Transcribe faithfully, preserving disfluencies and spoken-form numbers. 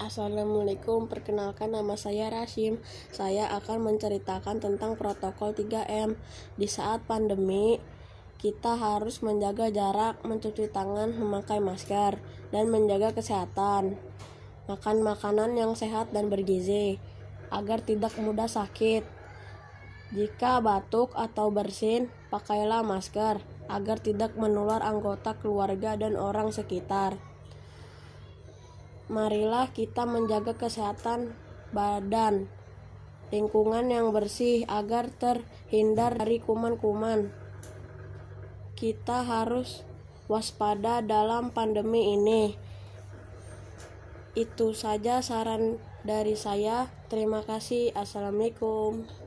Assalamualaikum, perkenalkan nama saya Rasim. Saya akan menceritakan tentang protokol tiga M. Di saat pandemi, kita harus menjaga jarak, mencuci tangan, memakai masker, dan menjaga kesehatan. Makan makanan yang sehat dan bergizi, agar tidak mudah sakit. Jika batuk atau bersin, pakailah masker, agar tidak menular anggota keluarga dan orang sekitar. Marilah kita menjaga kesehatan badan, lingkungan yang bersih agar terhindar dari kuman-kuman. Kita harus waspada dalam pandemi ini. Itu saja saran dari saya. Terima kasih. Assalamualaikum.